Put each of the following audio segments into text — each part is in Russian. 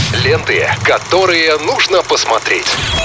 Ленты, которые нужно посмотреть.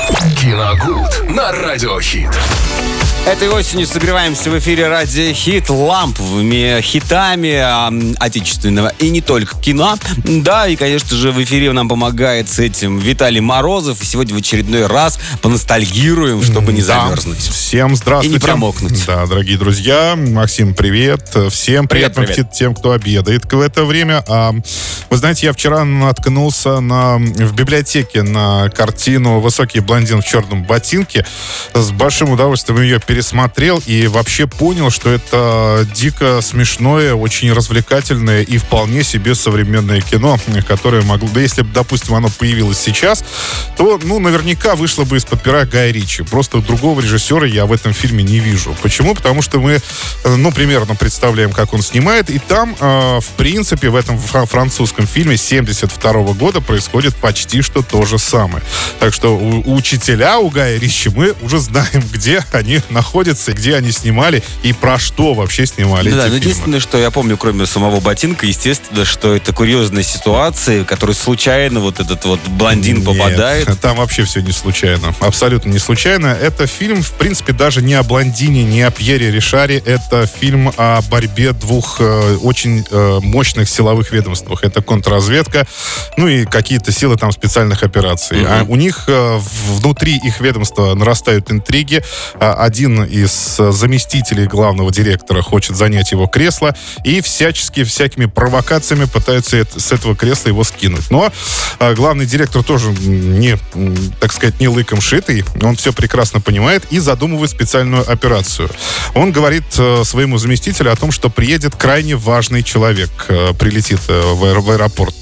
Киногуд на Радиохит. Этой осенью согреваемся в эфире Радио Хит ламповыми хитами отечественного и не только кино. Да, и, конечно же, в эфире нам помогает с этим Виталий Морозов. И сегодня в очередной раз поностальгируем, чтобы не замерзнуть. Всем здравствуйте. И не промокнуть. Да, дорогие друзья, Максим, привет. Всем приятного аппетита тем, кто обедает в это время. Вы знаете, я вчера наткнулся в библиотеке на картину «Высокий блондин в черном ботинке». С большим удовольствием ее пересмотрел и вообще понял, что это дико смешное, очень развлекательное и вполне себе современное кино, которое могло... Да если бы, допустим, оно появилось сейчас, то, наверняка вышло бы из-под пера Гая Ричи. Просто другого режиссера я в этом фильме не вижу. Почему? Потому что мы, примерно представляем, как он снимает, и там, в принципе, в этом французском фильме 1972 года происходит почти что то же самое. Так что учителя у Гая Ричи мы уже знаем, где они находятся, где они снимали и про что вообще снимали эти фильмы. Единственное, что я помню, кроме самого ботинка, естественно, что это курьезная ситуация, в которой случайно вот этот вот блондин попадает. Там вообще все не случайно. Абсолютно не случайно. Это фильм, в принципе, даже не о блондине, не о Пьере Ришаре. Это фильм о борьбе двух очень мощных силовых ведомствах. Это контрразведка, и какие-то силы там специальных операций. А у них внутри их ведомства нарастают интриги. Один из заместителей главного директора хочет занять его кресло и всякими провокациями пытаются с этого кресла его скинуть. Но главный директор тоже не лыком шитый. Он все прекрасно понимает и задумывает специальную операцию. Он говорит своему заместителю о том, что приедет крайне важный человек. Прилетит в аэропорт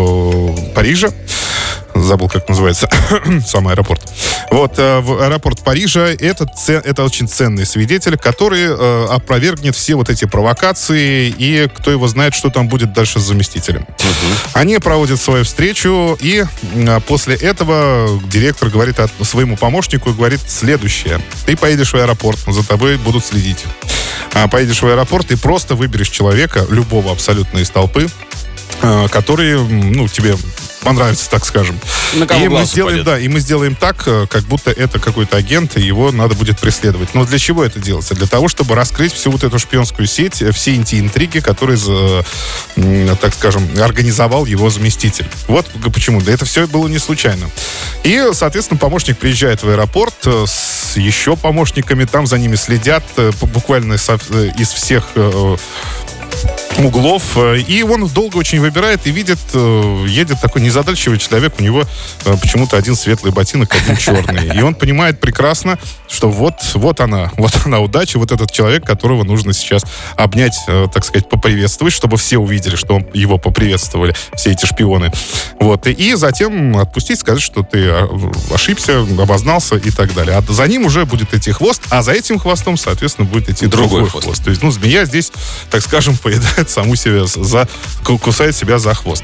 в Париже. Забыл, как называется сам аэропорт. В аэропорт Парижа это очень ценный свидетель, который опровергнет все вот эти провокации, и кто его знает, что там будет дальше с заместителем. Они проводят свою встречу, и после этого директор говорит своему помощнику, говорит следующее. Ты поедешь в аэропорт, за тобой будут следить. Поедешь в аэропорт и просто выберешь человека, любого абсолютно из толпы, который, тебе понравится, так скажем. И мы сделаем так, как будто это какой-то агент, и его надо будет преследовать. Но для чего это делается? Для того, чтобы раскрыть всю вот эту шпионскую сеть, все эти интриги, которые, так скажем, организовал его заместитель. Вот почему. Да это все было не случайно. И, соответственно, помощник приезжает в аэропорт с еще помощниками, там за ними следят буквально из всех углов, и он долго очень выбирает и видит, едет такой незадачливый человек, у него почему-то один светлый ботинок, один черный. И он понимает прекрасно, что вот она удача, вот этот человек, которого нужно сейчас обнять, так сказать, поприветствовать, чтобы все увидели, что его поприветствовали, все эти шпионы. И затем отпустить, сказать, что ты ошибся, обознался и так далее. А за ним уже будет идти хвост, а за этим хвостом, соответственно, будет идти другой хвост. То есть, змея здесь, так скажем, поедает саму себя, кусает себя за хвост.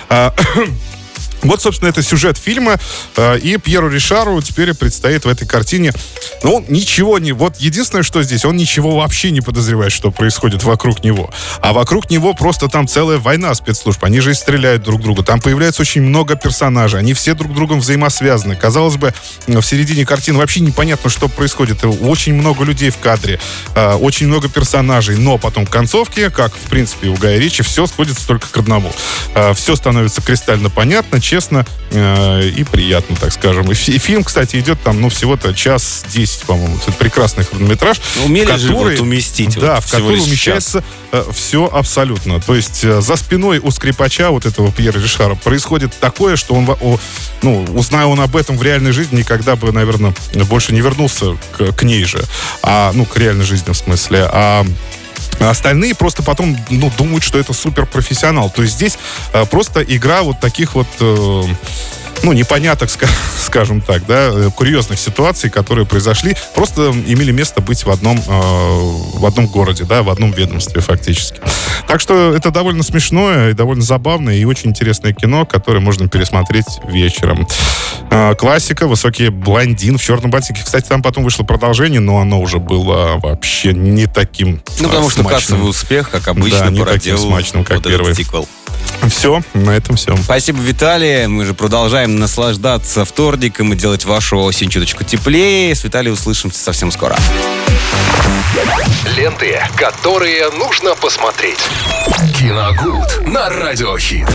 Вот, собственно, это сюжет фильма, и Пьеру Ришару теперь предстоит в этой картине, единственное, что здесь, он ничего вообще не подозревает, что происходит вокруг него. А вокруг него просто там целая война спецслужб, они же и стреляют друг друга, там появляется очень много персонажей, они все друг с другом взаимосвязаны. Казалось бы, в середине картины вообще непонятно, что происходит. Очень много людей в кадре, очень много персонажей, но потом в концовке, как, в принципе, у Гая Ричи, все сходится только к одному. Все становится кристально понятно, честно и приятно, так скажем. И фильм, кстати, идет там, всего-то 1:10, по-моему. Это прекрасный хронометраж. Умели же уместить. Да, в который умещается все абсолютно. То есть за спиной у скрипача, вот этого Пьера Ришара, происходит такое, что он, узная он об этом в реальной жизни, никогда бы, наверное, больше не вернулся к ней же. К реальной жизни, в смысле. А остальные просто потом, думают, что это суперпрофессионал. То есть здесь просто игра вот таких вот непоняток, скажем так, да, курьезных ситуаций, которые произошли, просто имели место быть в одном городе, да, в одном ведомстве фактически. Так что это довольно смешное и довольно забавное и очень интересное кино, которое можно пересмотреть вечером. Классика, «Высокий блондин в черном ботинке». Кстати, там потом вышло продолжение, но оно уже было вообще не таким потому что кассовый успех, как обычно, да, не таким смачным, как первый. Сиквел. Все, на этом все. Спасибо, Виталий. Мы же продолжаем наслаждаться вторником и делать вашу осень чуточку теплее. С Виталием услышимся совсем скоро. Ленты, которые нужно посмотреть. Киногуд на Радиохит.